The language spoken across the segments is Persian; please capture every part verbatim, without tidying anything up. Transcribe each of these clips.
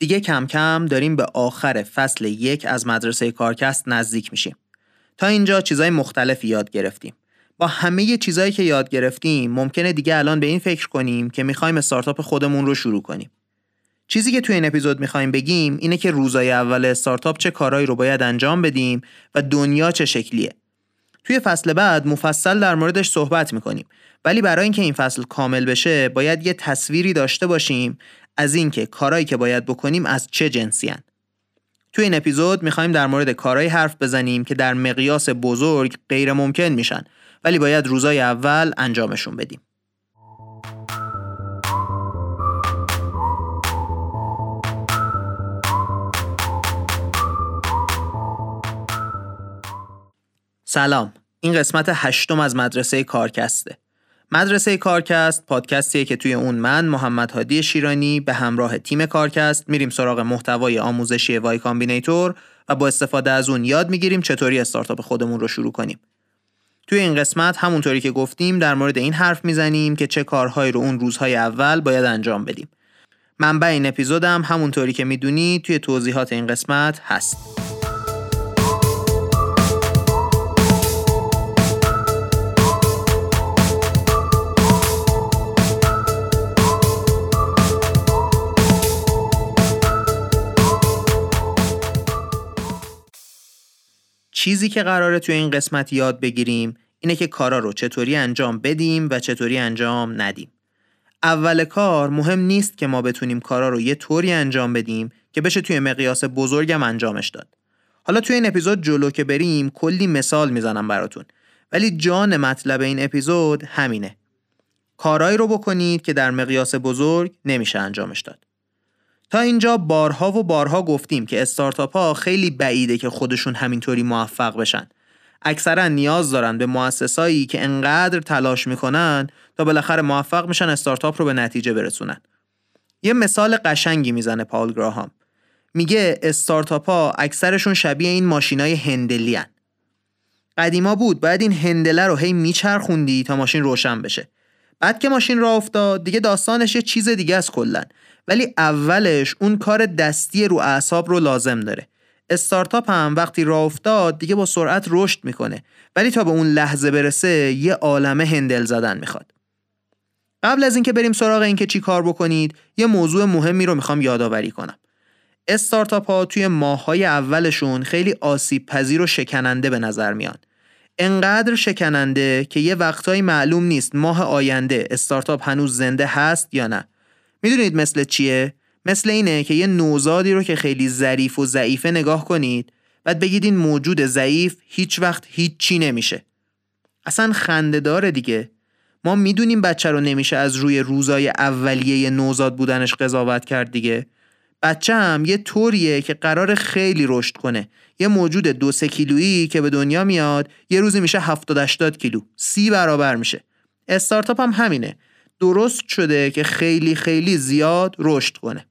دیگه کم کم داریم به آخر فصل یک از مدرسه کارکست نزدیک میشیم. تا اینجا چیزای مختلفی یاد گرفتیم. با همه چیزایی که یاد گرفتیم ممکنه دیگه الان به این فکر کنیم که میخوایم استارتاپ خودمون رو شروع کنیم. چیزی که توی این اپیزود میخوایم بگیم اینه که روزای اول استارتاپ چه کارهایی رو باید انجام بدیم و دنیا چه شکلیه. توی فصل بعد مفصل در موردش صحبت میکنیم، ولی برای اینکه این فصل کامل بشه باید یه تصویری داشته باشیم از اینکه کارهایی که باید بکنیم از چه جنسی هن. توی این اپیزود میخوایم در مورد کارهایی حرف بزنیم که در مقیاس بزرگ غیر ممکن میشن، ولی باید روزای اول انجامشون بدیم. سلام، این قسمت هشتم از مدرسه کارکسته. مدرسه کارکست پادکستیه که توی اون من محمد هادی شیرانی به همراه تیم کارکست میریم سراغ محتوای آموزشی وای کامبینیتور و با استفاده از اون یاد میگیریم چطوری استارتاپ خودمون رو شروع کنیم. توی این قسمت همونطوری که گفتیم در مورد این حرف میزنیم که چه کارهایی رو اون روزهای اول باید انجام بدیم. منبع این اپیزودم همونطوری که میدونی توی توضیحات این قسمت هست. چیزی که قراره توی این قسمت یاد بگیریم اینه که کارا رو چطوری انجام بدیم و چطوری انجام ندیم. اول کار مهم نیست که ما بتونیم کارا رو یه طوری انجام بدیم که بشه توی مقیاس بزرگم انجامش داد. حالا توی این اپیزود جلو که بریم کلی مثال میزنم براتون، ولی جان مطلب این اپیزود همینه. کارایی رو بکنید که در مقیاس بزرگ نمیشه انجامش داد. تا اینجا بارها و بارها گفتیم که استارتاپ ها خیلی بعیده که خودشون همینطوری موفق بشن. اکثرا نیاز دارن به مؤسسایی که انقدر تلاش میکنن تا بالاخره موفق میشن استارتاپ رو به نتیجه برسونن. یه مثال قشنگی میزنه پاول گراهام. میگه استارتاپ ها اکثرشون شبیه این ماشینای هندلی هن. قدیما بود باید این هندله رو هی میچرخوندی تا ماشین روشن بشه. بعد که ماشین راه افتاد دیگه داستانش یه چیز دیگه است کلن. ولی اولش اون کار دستی رو اعصاب رو لازم داره. استارتاپ هم وقتی راه افتاد دیگه با سرعت رشد میکنه، ولی تا به اون لحظه برسه یه عالمه هندل زدن میخواد. قبل از اینکه بریم سراغ اینکه چی کار بکنید یه موضوع مهمی رو میخوام یادآوری کنم. استارتاپ ها توی ماه‌های اولشون خیلی آسیب پذیر و شکننده به نظر میان. انقدر شکننده که یه وقتایی معلوم نیست ماه آینده استارتاپ هنوز زنده هست یا نه. میدونید مثل چیه؟ مثل اینه که یه نوزادی رو که خیلی ظریف و ضعیفه نگاه کنید بعد بگید این موجود ضعیف هیچ وقت هیچ چی نمیشه. اصلا خنده‌داره دیگه. ما میدونیم بچه رو نمیشه از روی روزای اولیه نوزاد بودنش قضاوت کرد دیگه. بچه هم یه طوریه که قرار خیلی رشد کنه. یه موجود دو سه کیلویی که به دنیا میاد یه روزی میشه هفتاد هشتاد کیلو، سی برابر میشه. استارتاپ هم همینه. درست شده که خیلی خیلی زیاد رشد کنه.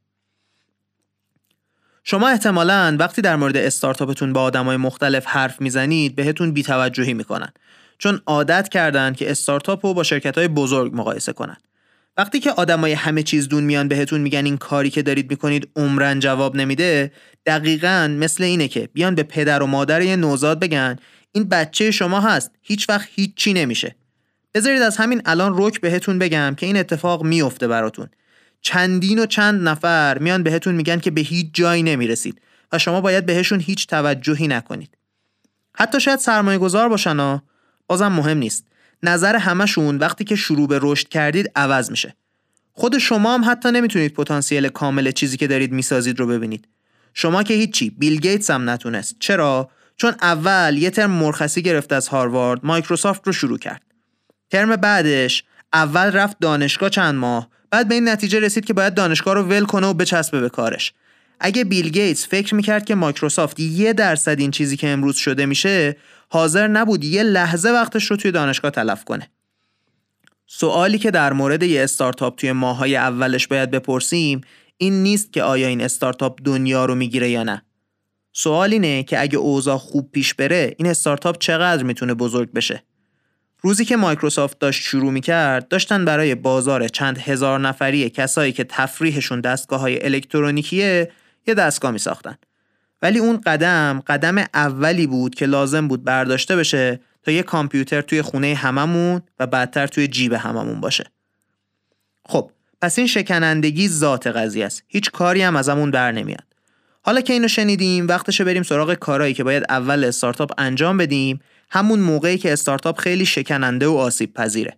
شما احتمالاً وقتی در مورد استارتاپتون با آدمای مختلف حرف میزنید بهتون بی‌توجهی میکنن، چون عادت کردن که استارتاپ رو با شرکت‌های بزرگ مقایسه کنن. وقتی که آدمای همه چیز دون میان بهتون میگن این کاری که دارید میکنید عمرن جواب نمیده، دقیقاً مثل اینه که بیان به پدر و مادر یه نوزاد بگن این بچه شما هست، هیچ وقت هیچ چی نمیشه. بذارید از همین الان رک بهتون بگم که این اتفاق میفته براتون. چندین و چند نفر میان بهتون میگن که به هیچ جایی نمیرسید و شما باید بهشون هیچ توجهی نکنید. حتی شاید سرمایه گذار باشن ها، بازم مهم نیست. نظر همشون وقتی که شروع به رشد کردید عوض میشه. خود شما هم حتی نمیتونید پتانسیل کامل چیزی که دارید میسازید رو ببینید. شما که هیچی، بیل گیتس هم نتونست. چرا؟ چون اول یه ترم مرخصی گرفت از هاروارد، مایکروسافت رو شروع کرد. ترم بعدش اول رفت دانشگاه چند ماه، بعد به این نتیجه رسید که باید دانشگاه رو ول کنه و بچسبه به کارش. اگه بیل گیتس فکر میکرد که مایکروسافت یه درصد این چیزی که امروز شده میشه، حاضر نبود یه لحظه وقتش رو توی دانشگاه تلف کنه. سوالی که در مورد یه استارتاپ توی ماهای اولش باید بپرسیم این نیست که آیا این استارتاپ دنیا رو میگیره یا نه. سوال اینه که اگه اوضاع خوب پیش بره این استارتاپ چقدر میتونه بزرگ بشه. روزی که مایکروسافت داشت شروع می‌کرد، داشتن برای بازار چند هزار نفری کسایی که تفریحشون دستگاه‌های الکترونیکیه یه دستگاه می‌ساختن. ولی اون قدم قدم اولی بود که لازم بود برداشته بشه تا یه کامپیوتر توی خونه هممون و بعدتر توی جیب هممون باشه. خب پس این شکنندگی ذات قضیه است. هیچ کاری هم ازمون بر نمیاد. حالا که اینو شنیدیم وقتشه بریم سراغ کارهایی که باید اول استارتاپ انجام بدیم، همون موقعی که استارتاپ خیلی شکننده و آسیب پذیره.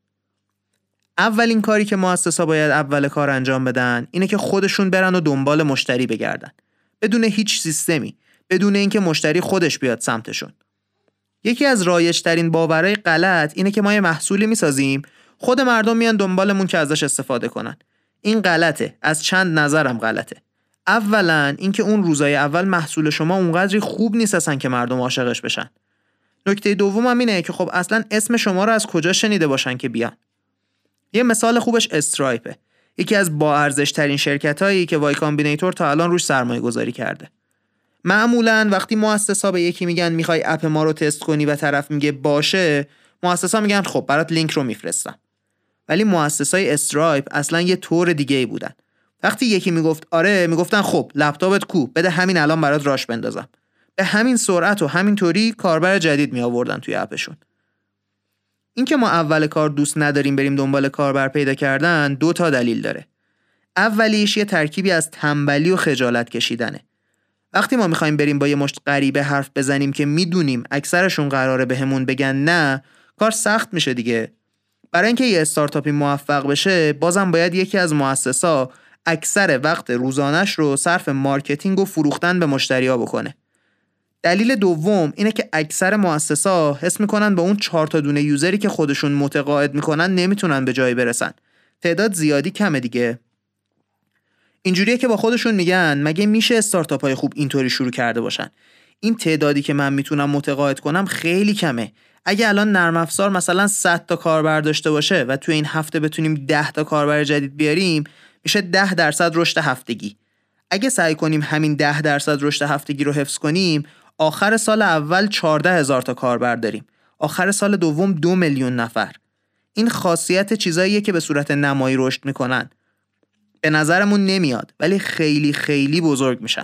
اولین کاری که مؤسسا باید اول کار انجام بدن اینه که خودشون برن و دنبال مشتری بگردن، بدون هیچ سیستمی، بدون اینکه مشتری خودش بیاد سمتشون. یکی از رایج‌ترین باورهای غلط اینه که ما یه محصولی میسازیم، خود مردم میان دنبالمون که ازش استفاده کنن. این غلطه، از چند نظرم غلطه. اولا اینکه اون روزای اول محصول شما اونقدری خوب نیست اصلا که مردم عاشقش بشن. نکته دومم اینه که خب اصلا اسم شما رو از کجا شنیده باشن که بیان. یه مثال خوبش استرایپه، یکی از با ارزش ترین شرکتایی که وای کامبینیتور تا الان روش سرمایه گذاری کرده. معمولاً وقتی مؤسسا به یکی میگن میخوای اپ ما رو تست کنی و طرف میگه باشه، مؤسسا میگن خب برات لینک رو میفرستم. ولی مؤسسای استرایپ اصلا یه طور دیگه ای بودن. وقتی یکی میگفت آره، میگفتن خب لپتاپت کو، بده همین الان برات راش بندازم. به همین سرعت و همین طوری کاربر جدید می آوردن توی اپشون. این که ما اول کار دوست نداریم بریم دنبال کاربر پیدا کردن دو تا دلیل داره. اولیش یه ترکیبی از تنبلی و خجالت کشیدنه. وقتی ما میخوایم بریم با یه مشت غریبه حرف بزنیم که میدونیم اکثرشون قراره بهمون بگن نه، کار سخت میشه دیگه. برای اینکه یه استارتاپی موفق بشه بازم باید یکی از مؤسسا اکثر وقت روزانش رو صرف مارکتینگ و فروختن به مشتری‌ها بکنه. دلیل دوم اینه که اکثر مؤسسا حس میکنن با اون چهار تا دونه یوزری که خودشون متقاعد میکنن نمیتونن به جایی برسن. تعداد زیادی کمه دیگه. اینجوریه که با خودشون میگن مگه میشه استارتاپ‌های خوب اینطوری شروع کرده باشن؟ این تعدادی که من میتونم متقاعد کنم خیلی کمه. اگه الان نرم افزار مثلا صد تا کاربر داشته باشه و تو این هفته بتونیم ده تا کاربر جدید بیاریم، میشه ده درصد رشد هفتگی. اگه سعی کنیم همین ده درصد رشد هفتگی رو حفظ کنیم، آخر سال اول چهارده هزار تا کاربر داریم. آخر سال دوم دو میلیون نفر. این خاصیت چیزاییه که به صورت نمایی رشد میکنن. به نظرمون نمیاد ولی خیلی خیلی بزرگ میشن.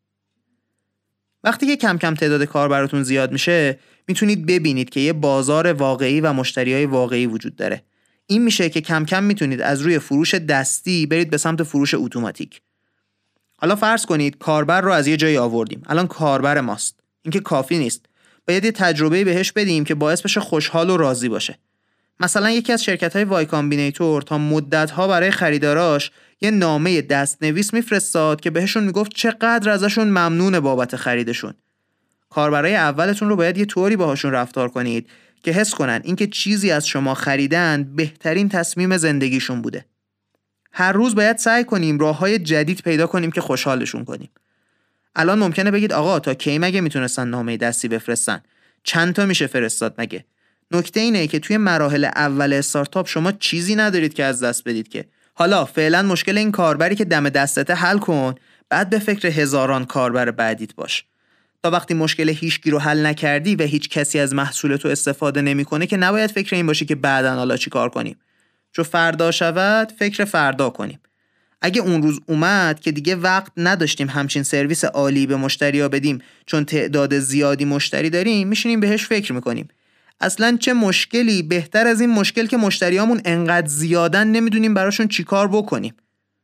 وقتی که کم کم تعداد کاربراتون زیاد میشه، میتونید ببینید که یه بازار واقعی و مشتریای واقعی وجود داره. این میشه که کم کم میتونید از روی فروش دستی برید به سمت فروش اتوماتیک. حالا فرض کنید کاربر رو از یه جایی آوردیم. الان کاربر ماست. این که کافی نیست. باید یه تجربه بهش بدیم که باعث بشه خوشحال و راضی باشه. مثلا یکی از شرکت‌های وای کامبینیتور تا مدت‌ها برای خریداراش یه نامه دستنویس میفرستاد که بهشون میگفت چقدر ازشون ممنونه بابت خریدشون. کاربرای اولتون رو باید یه طوری باهاشون رفتار کنید که حس کنن اینکه چیزی از شما خریدن بهترین تصمیم زندگیشون بوده. هر روز باید سعی کنیم راه‌های جدید پیدا کنیم که خوشحالشون کنیم. الان ممکنه بگید آقا تا کی مگه میتونستن نامه دستی بفرستن؟ چند تا میشه فرستاد مگه؟ نکته اینه که توی مراحل اول استارتاپ شما چیزی ندارید که از دست بدید که. حالا فعلا مشکل این کاربری که دم دستته حل کن، بعد به فکر هزاران کاربر بعدیت باش. تا وقتی مشکل هیچکی رو حل نکردی و هیچ کسی از محصولتو استفاده نمیکنه که نباید فکر این باشی که بعداً حالا چی کار کنیم. چون فردا شود فکر فردا کنیم. اگه اون روز اومد که دیگه وقت نداشتیم همچین سرویس عالی به مشتری‌ها بدیم چون تعداد زیادی مشتری داریم، میشینیم بهش فکر میکنیم اصلاً چه مشکلی بهتر از این مشکل که مشتریامون انقدر زیادن نمیدونیم براشون چی کار بکنیم.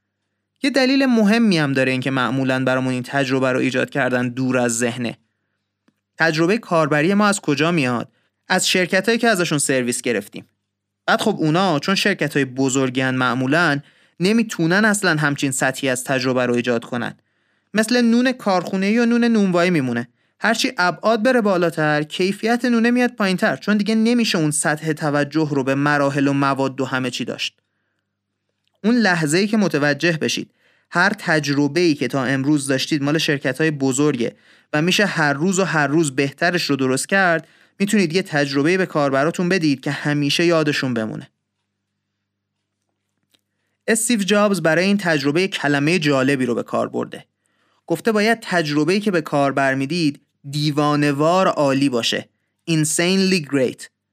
یه دلیل مهمی هم داره این که معمولاً برامون این تجربه رو ایجاد کردن دور از ذهنه. تجربه کاربری ما از کجا میاد؟ از شرکتایی که ازشون سرویس گرفتیم. بعد خب اونا چون شرکتای بزرگن معمولاً نمیتونن اصلاً همچین سطحی از تجربه رو ایجاد کنن. مثل نون کارخونه‌ای یا نون نونوایی میمونه. هرچی ابعاد بره بالاتر کیفیت نونه میاد پایینتر، چون دیگه نمیشه اون سطح توجه رو به مراحل و مواد و همه چی داشت. اون لحظه‌ای که متوجه بشید هر تجربه‌ای که تا امروز داشتید مال شرکت‌های بزرگه و میشه هر روز و هر روز بهترش رو درست کرد، میتونید یه تجربه‌ای به کاربراتون بدید که همیشه یادشون بمونه. استیو جابز برای این تجربه کلمه جالبی رو به کار برده. گفته باید تجربه‌ای که به کاربر میدید دیوانه‌وار عالی باشه. insanely great.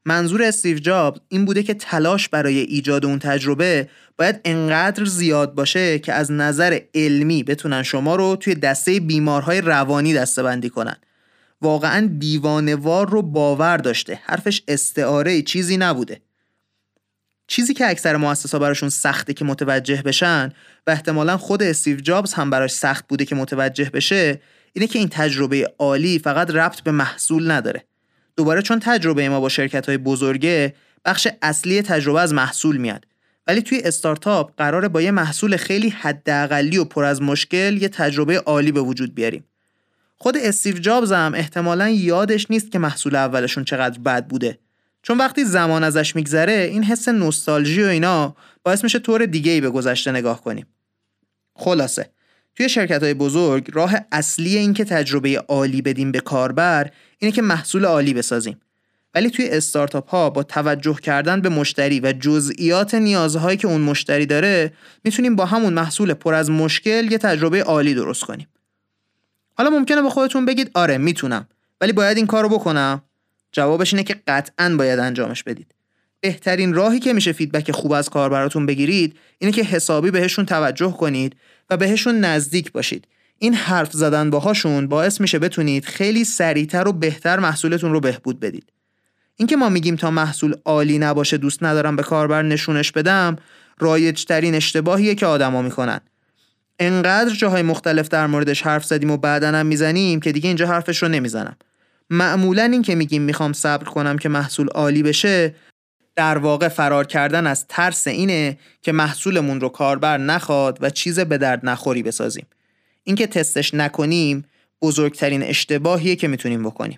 منظور استیو جابز این بوده که تلاش برای ایجاد اون تجربه باید انقدر زیاد باشه که از نظر علمی بتونن شما رو توی دسته بیمارهای روانی دسته‌بندی کنن. واقعاً دیوانه‌وار رو باور داشته، حرفش استعاره چیزی نبوده. چیزی که اکثر مؤسسا براشون سخته که متوجه بشن و احتمالاً خود استیو جابز هم براش سخت بوده که متوجه بشه، اینه که این تجربه عالی فقط ربط به محصول نداره. دوباره چون تجربه ما با شرکت‌های بزرگه، بخش اصلی تجربه از محصول میاد. ولی توی استارتاپ قراره با یه محصول خیلی حداقلی و پر از مشکل یه تجربه عالی به وجود بیاریم. خود استیو جابز هم احتمالاً یادش نیست که محصول اولشون چقدر بد بوده. چون وقتی زمان ازش میگذره این حس نوستالژی و اینا باعث میشه طور دیگه‌ای به گذشته نگاه کنیم. خلاصه توی شرکت‌های بزرگ راه اصلی این که تجربه عالی بدیم به کاربر اینه که محصول عالی بسازیم. ولی توی استارتاپ ها با توجه کردن به مشتری و جزئیات نیازهایی که اون مشتری داره میتونیم با همون محصول پر از مشکل یه تجربه عالی درست کنیم. حالا ممکنه با خودتون بگید آره میتونم، ولی باید این کارو بکنم؟ جوابش اینه که قطعاً باید انجامش بدید. بهترین راهی که میشه فیدبک خوب از کاربراتون بگیرید اینه که حسابی بهشون توجه کنید و بهشون نزدیک باشید. این حرف زدن باهاشون باعث میشه بتونید خیلی سریعتر و بهتر محصولتون رو بهبود بدید. اینکه ما میگیم تا محصول عالی نباشه دوست ندارم به کاربر نشونش بدم، رایج ترین اشتباهیه که آدما میکنن. انقدر جاهای مختلف در موردش حرف زدیم و بعداً هم میزنیم که دیگه اینجا حرفش رو نمیزنم. معمولاً این که میگیم میخوام صبر کنم که محصول عالی بشه، در واقع فرار کردن از ترس اینه که محصولمون رو کاربر نخواد و چیز به درد نخوری بسازیم. اینکه تستش نکنیم بزرگترین اشتباهیه که میتونیم بکنیم.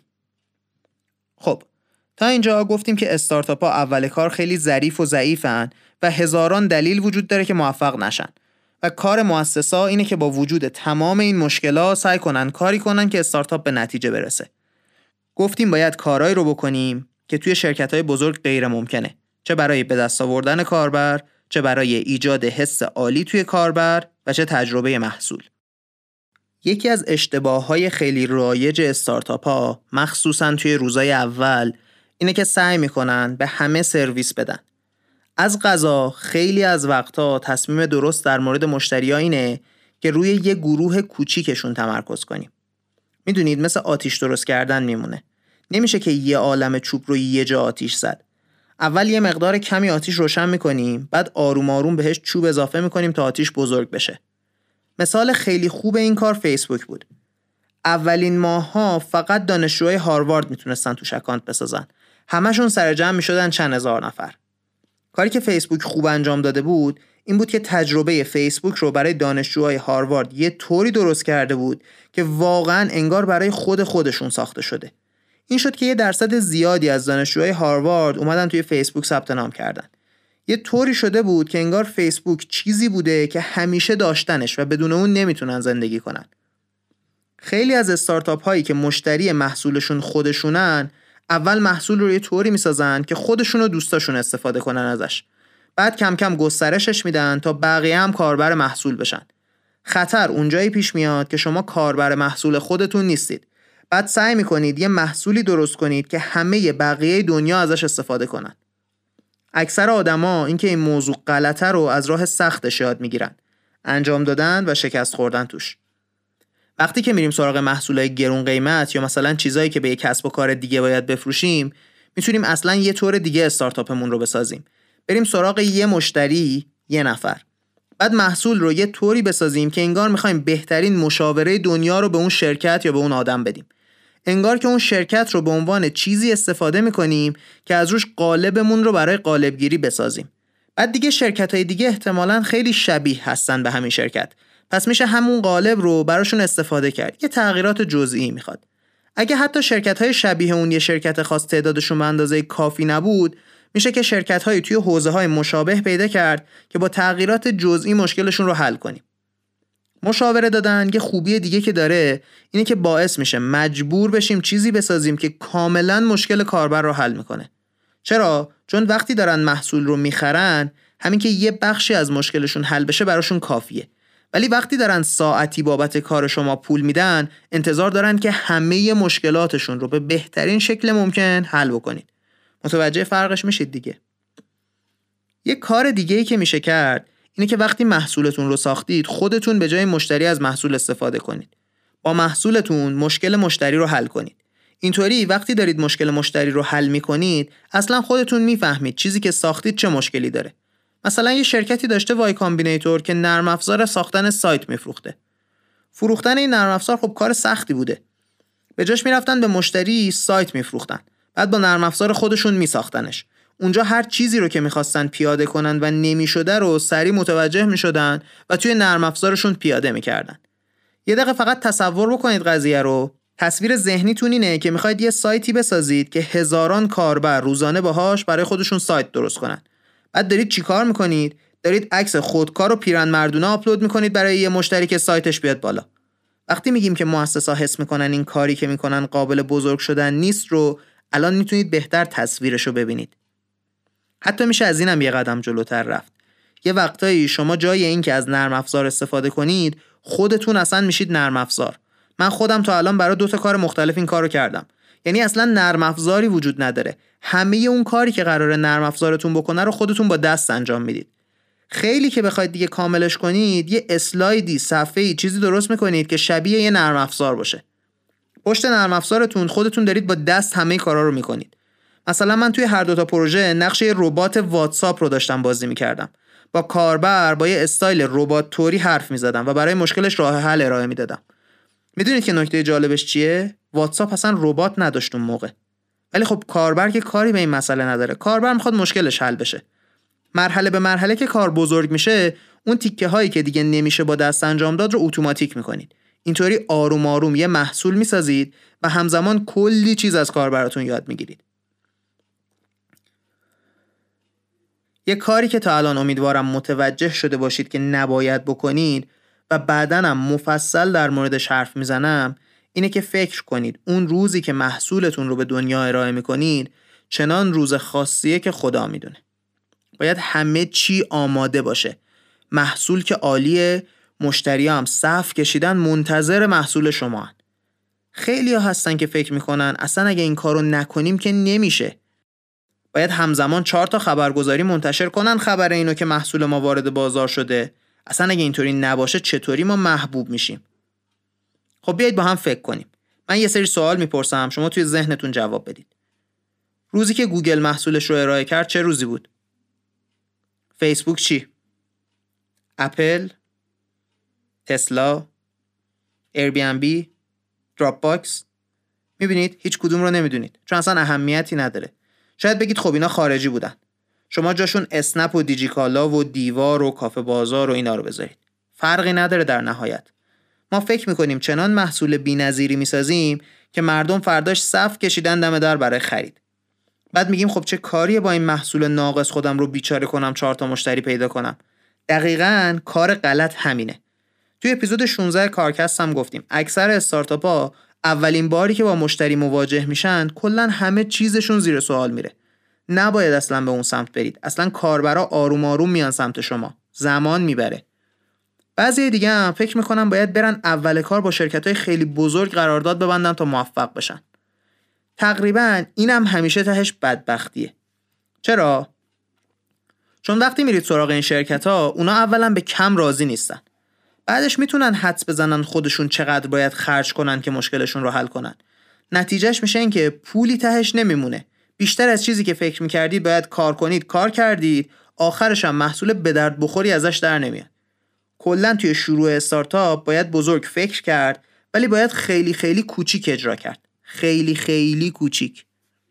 خب تا اینجا گفتیم که استارتاپ‌ها اول کار خیلی ظریف و ضعیفن و هزاران دلیل وجود داره که موفق نشن و کار مؤسسا اینه که با وجود تمام این مشکلات سعی کنن کاری کنن که استارتاپ به نتیجه برسه. گفتیم باید کارایی رو بکنیم که توی شرکت‌های بزرگ غیر ممکنه، چه برای به دست آوردن کاربر، چه برای ایجاد حس عالی توی کاربر و چه تجربه محصول. یکی از اشتباه‌های خیلی رایج استارتاپ‌ها مخصوصاً توی روزای اول اینه که سعی میکنن به همه سرویس بدن. از قضا خیلی از وقتا تصمیم درست در مورد مشتری‌ها اینه که روی یه گروه کوچیکشون تمرکز کنیم. میدونید مثل آتیش درست کردن میمونه. نمیشه که یه عالم چوب رو یه جا آتیش زد. اول یه مقدار کمی آتیش روشن میکنیم، بعد آروم آروم بهش چوب اضافه میکنیم تا آتیش بزرگ بشه. مثال خیلی خوب این کار فیسبوک بود. اولین ماه‌ها فقط دانشجوهای هاروارد میتونستن توش اکانت بسازن. همشون سر جمع میشدن چند هزار نفر. کاری که فیسبوک خوب انجام داده بود این بود که تجربه فیسبوک رو برای دانشجوهای هاروارد یه طوری درست کرده بود که واقعاً انگار برای خود خودشون ساخته شده. این شد که یه درصد زیادی از دانشجوهای هاروارد اومدن توی فیسبوک ثبت نام کردن. یه طوری شده بود که انگار فیسبوک چیزی بوده که همیشه داشتنش و بدون اون نمیتونن زندگی کنن. خیلی از استارتاپ هایی که مشتری محصولشون خودشونن، اول محصول رو یه طوری میسازن که خودشون و دوستاشون استفاده کنن ازش. بعد کم کم گسترشش میدن تا بقیه هم کاربر محصول بشن. خطر اونجایی پیش میاد که شما کاربر محصول خودتون نیستید. بعد سعی میکنید یه محصولی درست کنید که همه بقیه دنیا ازش استفاده کنن. اکثر آدما اینکه این موضوع غلطه رو از راه سختش یاد میگیرن. انجام دادن و شکست خوردن توش. وقتی که میریم سراغ محصولای گرون قیمت یا مثلا چیزایی که به یک کسب و کار دیگه باید بفروشیم، میتونیم اصلا یه طور دیگه استارتاپمون رو بسازیم. بریم سراغ یه مشتری، یه نفر. بعد محصول رو یه طوری بسازیم که انگار میخوایم بهترین مشاوره دنیا رو به اون شرکت یا به اون آدم بدیم. انگار که اون شرکت رو به عنوان چیزی استفاده میکنیم که از روش قالبمون رو برای قالبگیری بسازیم. بعد دیگه شرکت‌های دیگه احتمالاً خیلی شبیه هستن به همین شرکت. پس میشه همون قالب رو براشون استفاده کرد. یه تغییرات جزئی میخواد. اگه حتی شرکت‌های شبیه اون یه شرکت خاص تعدادشون به اندازه کافی نبود، میشه که شرکت‌های توی حوزه‌های مشابه پیدا کرد که با تغییرات جزئی مشکلشون رو حل کنیم. مشاوره دادن یه خوبی دیگه که داره اینه که باعث میشه مجبور بشیم چیزی بسازیم که کاملا مشکل کاربر رو حل میکنه. چرا؟ چون وقتی دارن محصول رو میخرن، همین که یه بخشی از مشکلشون حل بشه براشون کافیه. ولی وقتی دارن ساعتی بابت کار شما پول میدن، انتظار دارن که همه مشکلاتشون رو به بهترین شکل ممکن حل بکنید. متوجه فرقش میشید دیگه. یه کار دیگه‌ای که میشه کرد اینه که وقتی محصولتون رو ساختید خودتون به جای مشتری از محصول استفاده کنید. با محصولتون مشکل مشتری رو حل کنید. اینطوری وقتی دارید مشکل مشتری رو حل میکنید اصلا خودتون میفهمید چیزی که ساختید چه مشکلی داره. مثلا یه شرکتی داشته وای کامبینیتور که نرم افزار ساختن سایت میفروخته. فروختن این نرم افزار خب کار سختی بوده. به جاش میرفتن به مشتری سایت میفروختن. بعد با نرم افزار خودشون میساختنش. اونجا هر چیزی رو که میخواستن پیاده کنن و نمیشده رو سریع متوجه میشدن و توی نرم افزارشون پیاده میکردن. یه دقیقه فقط تصور بکنید قضیه رو. تصویر ذهنیتون اینه که میخواید یه سایتی بسازید که هزاران کاربر روزانه باهاش برای خودشون سایت درست کنن. بعد دارید چیکار میکنید؟ دارید عکس خودکار و پیرنمردونه آپلود میکنید برای یه مشتری که سایتش بیاد بالا. وقتی میگیم که مؤسسا حس میکنن این کاری که میکنن قابل بزرگ شدن نیست رو الان میتونید بهتر تصویرشو ببینید. حتی میشه از اینم یه قدم جلوتر رفت. یه وقتایی شما جای این که از نرم افزار استفاده کنید خودتون اصلا میشید نرم افزار. من خودم تا الان برای دو تا کار مختلف این کارو کردم. یعنی اصلا نرم افزاری وجود نداره. همه اون کاری که قراره نرم افزارتون بکنه رو خودتون با دست انجام میدید. خیلی که بخواید دیگه کاملش کنید یه اسلایدی، صفحه‌ای، چیزی درست میکنید که شبیه یه نرم افزار باشه. پشت نرم افزارتون خودتون دارید با دست همه کارا رو میکنید. مثلا من توی هر دو تا پروژه نقش یه ربات واتساپ رو داشتم بازی میکردم. با کاربر با یه استایل ربات طوری حرف میزدم و برای مشکلش راه حل ارائه میدادم. میدونید که نکته جالبش چیه؟ واتساپ اصلا ربات نداشت اون موقع. ولی خب کاربر که کاری به این مسئله نداره. کاربر میخواد مشکلش حل بشه. مرحله به مرحله که کار بزرگ میشه، اون تیکه هایی که دیگه نمیشه با دست انجام داد رو اتوماتیک میکنید. اینطوری آروم آروم یه محصول میسازید و همزمان کلی چیز از کاربراتون یاد میگیرید. یه کاری که تا الان امیدوارم متوجه شده باشید که نباید بکنید و بعداً هم مفصل در موردش حرف میزنم اینه که فکر کنید اون روزی که محصولتون رو به دنیا ارائه میکنید چنان روز خاصیه که خدا میدونه. باید همه چی آماده باشه. محصول که عالیه، مشتری هم صف کشیدن منتظر محصول شما هن. خیلی ها هستن که فکر میکنن اصلا اگه این کارو نکنیم که نمیشه. باید همزمان چهار تا خبرگزاری منتشر کنن خبر اینو که محصول ما وارد بازار شده. اصلا اگه اینطوری نباشه چطوری ما محبوب میشیم؟ خب بیایید با هم فکر کنیم. من یه سری سوال میپرسم، شما توی ذهنتون جواب بدید. روزی که گوگل محصولش رو ارائه کرد چه روزی بود؟ فیسبوک چی؟ اپل؟ تسلا؟ ایربی‌ان‌بی؟ دراپ باکس؟ میبینید هیچ کدوم رو نمیدونید چون اصلا اهمیتی نداره. شاید بگید خب اینا خارجی بودن. شما جاشون اسنپ و دیجیکالا و دیوار و کافه بازار و اینا رو بذارید. فرقی نداره در نهایت. ما فکر میکنیم چنان محصول بی‌نظیری میسازیم که مردم فرداش صف کشیدن دم در برای خرید. بعد میگیم خب چه کاریه با این محصول ناقص خودم رو بیچاره کنم چهار تا مشتری پیدا کنم. دقیقاً کار غلط همینه. توی اپیزود شانزده کارکست هم گفتیم اکثر استارتاپ‌ها اولین باری که با مشتری مواجه میشن کلاً همه چیزشون زیر سوال میره. نباید اصلا به اون سمت برید. اصلا کاربرا آروم آروم میان سمت شما. زمان میبره. بعضی دیگه هم فکر میکنن باید برن اول کار با شرکت‌های خیلی بزرگ قرارداد ببندن تا موفق بشن. تقریبا اینم همیشه تهش بدبختیه. چرا؟ چون وقتی میرید سراغ این شرکت‌ها اونا اولا به کم راضی نیستن. بعدش میتونن حدس بزنن خودشون چقدر باید خرج کنن که مشکلشون رو حل کنن. نتیجهش میشه این که پولی تهش نمیمونه. بیشتر از چیزی که فکر میکردید باید کار کنید کار کردید، آخرش هم محصول به درد بخوری ازش در نمیاد. کلا توی شروع استارتاپ باید بزرگ فکر کرد ولی باید خیلی خیلی کوچیک اجرا کرد. خیلی خیلی کوچیک.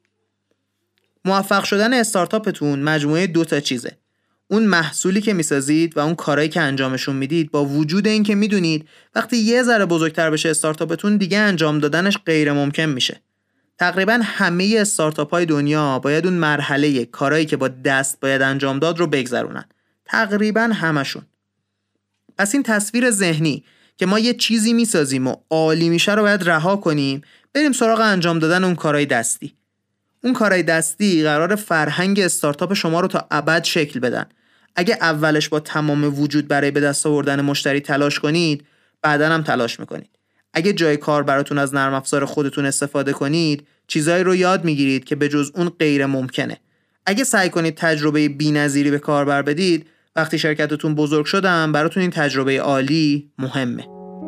موفق شدن استارتاپتون مجموعه دو تا چیزه. اون محصولی که میسازید و اون کارهایی که انجامشون میدید با وجود این که میدونید وقتی یه ذره بزرگتر بشه استارتاپتون دیگه انجام دادنش غیر ممکن میشه. تقریبا همه استارتاپ‌های دنیا باید اون مرحله کارهایی که با دست باید انجام داد رو بگذرونن. تقریبا همشون. پس این تصویر ذهنی که ما یه چیزی میسازیم و عالی میشه رو باید رها کنیم، بریم سراغ انجام دادن اون کارهای دستی. اون کارهای دستی قرار فرهنگ استارتاپ شما رو تا ابد شکل بدن. اگه اولش با تمام وجود برای به دست آوردن مشتری تلاش کنید، بعداً هم تلاش میکنید. اگه جای کار براتون از نرم افزار خودتون استفاده کنید، چیزایی رو یاد میگیرید که به جز اون غیر ممکنه. اگه سعی کنید تجربه بی‌نظیری به کاربر بدید، وقتی شرکتتون بزرگ شدن براتون این تجربه عالی مهمه.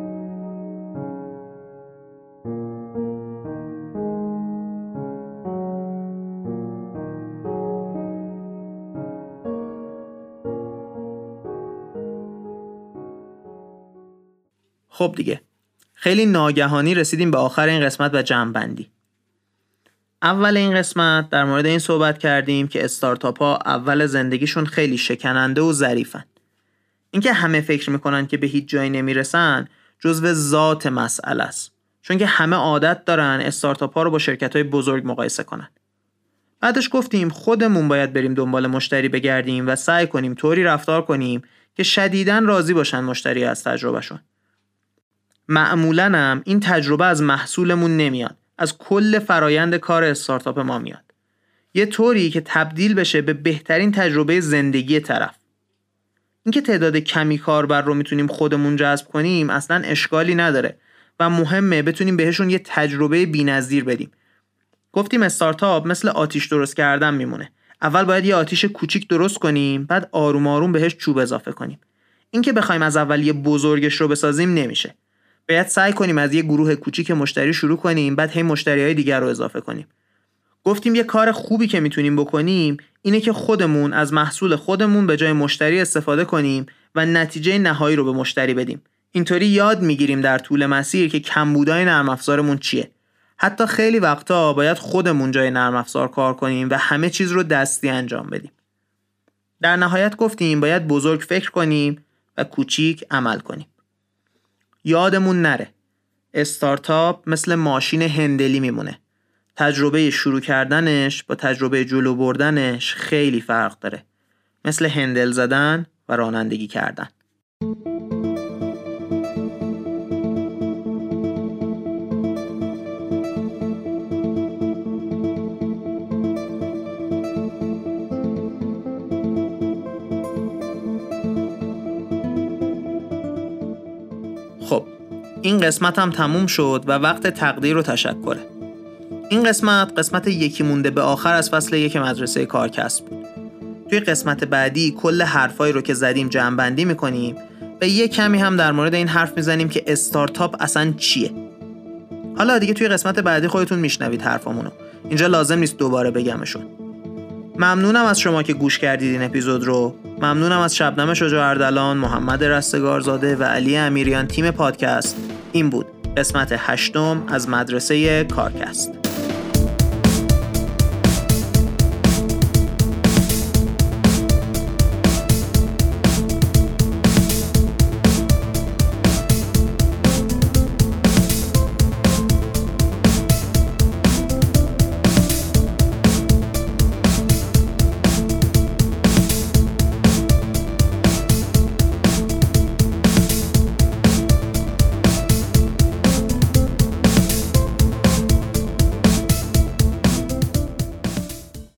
خب دیگه خیلی ناگهانی رسیدیم به آخر این قسمت و جمع‌بندی. اول این قسمت در مورد این صحبت کردیم که استارتاپ ها اول زندگیشون خیلی شکننده و ظریفن. اینکه همه فکر میکنن که به هیچ جایی نمیرسن جزو ذات مسئله است، چون که همه عادت دارن استارتاپ ها رو با شرکت های بزرگ مقایسه کنن. بعدش گفتیم خودمون باید بریم دنبال مشتری بگردیم و سعی کنیم طوری رفتار کنیم که شدیداً راضی باشن مشتری از تجربهشون. معمولاً هم این تجربه از محصولمون نمیاد، از کل فرایند کار استارتاپ ما میاد. یه طوری که تبدیل بشه به بهترین تجربه زندگی طرف. اینکه تعداد کمی کاربر رو میتونیم خودمون جذب کنیم اصلاً اشکالی نداره و مهمه بتونیم بهشون یه تجربه بی‌نظیر بدیم. گفتیم استارتاپ مثل آتیش درست کردن میمونه. اول باید یه آتیش کوچیک درست کنیم، بعد آروم آروم بهش چوب اضافه کنیم. اینکه بخوایم از اول یه بزرگش رو بسازیم نمیشه. باید سعی کنیم از یه گروه کوچیک مشتری شروع کنیم، بعد هی مشتریای دیگر رو اضافه کنیم. گفتیم یه کار خوبی که میتونیم بکنیم اینه که خودمون از محصول خودمون به جای مشتری استفاده کنیم و نتیجه نهایی رو به مشتری بدیم. اینطوری یاد میگیریم در طول مسیر که کمبودای نرم افزارمون چیه. حتی خیلی وقتا باید خودمون جای نرم افزار کار کنیم و همه چیز رو دستی انجام بدیم. در نهایت گفتیم باید بزرگ فکر کنیم و کوچیک عمل کنیم. یادمون نره استارتاپ مثل ماشین هندلی میمونه. تجربه شروع کردنش با تجربه جلو بردنش خیلی فرق داره. مثل هندل زدن و رانندگی کردن. خب این قسمت هم تموم شد و وقت تقدیر و تشکره. این قسمت قسمت یکی مونده به آخر از فصل یک مدرسه کارکسب بود. توی قسمت بعدی کل حرفایی رو که زدیم جمع بندی میکنیم و یه کمی هم در مورد این حرف میزنیم که استارتاپ اصلا چیه. حالا دیگه توی قسمت بعدی خودتون میشنوید حرفامونو. اینجا لازم نیست دوباره بگمشون. ممنونم از شما که گوش کردید این اپیزود رو. ممنونم از شبنم شجاع اردلان، محمد رستگارزاده و علی امیریان تیم پادکست. این بود قسمت هشتم از مدرسه کارکست.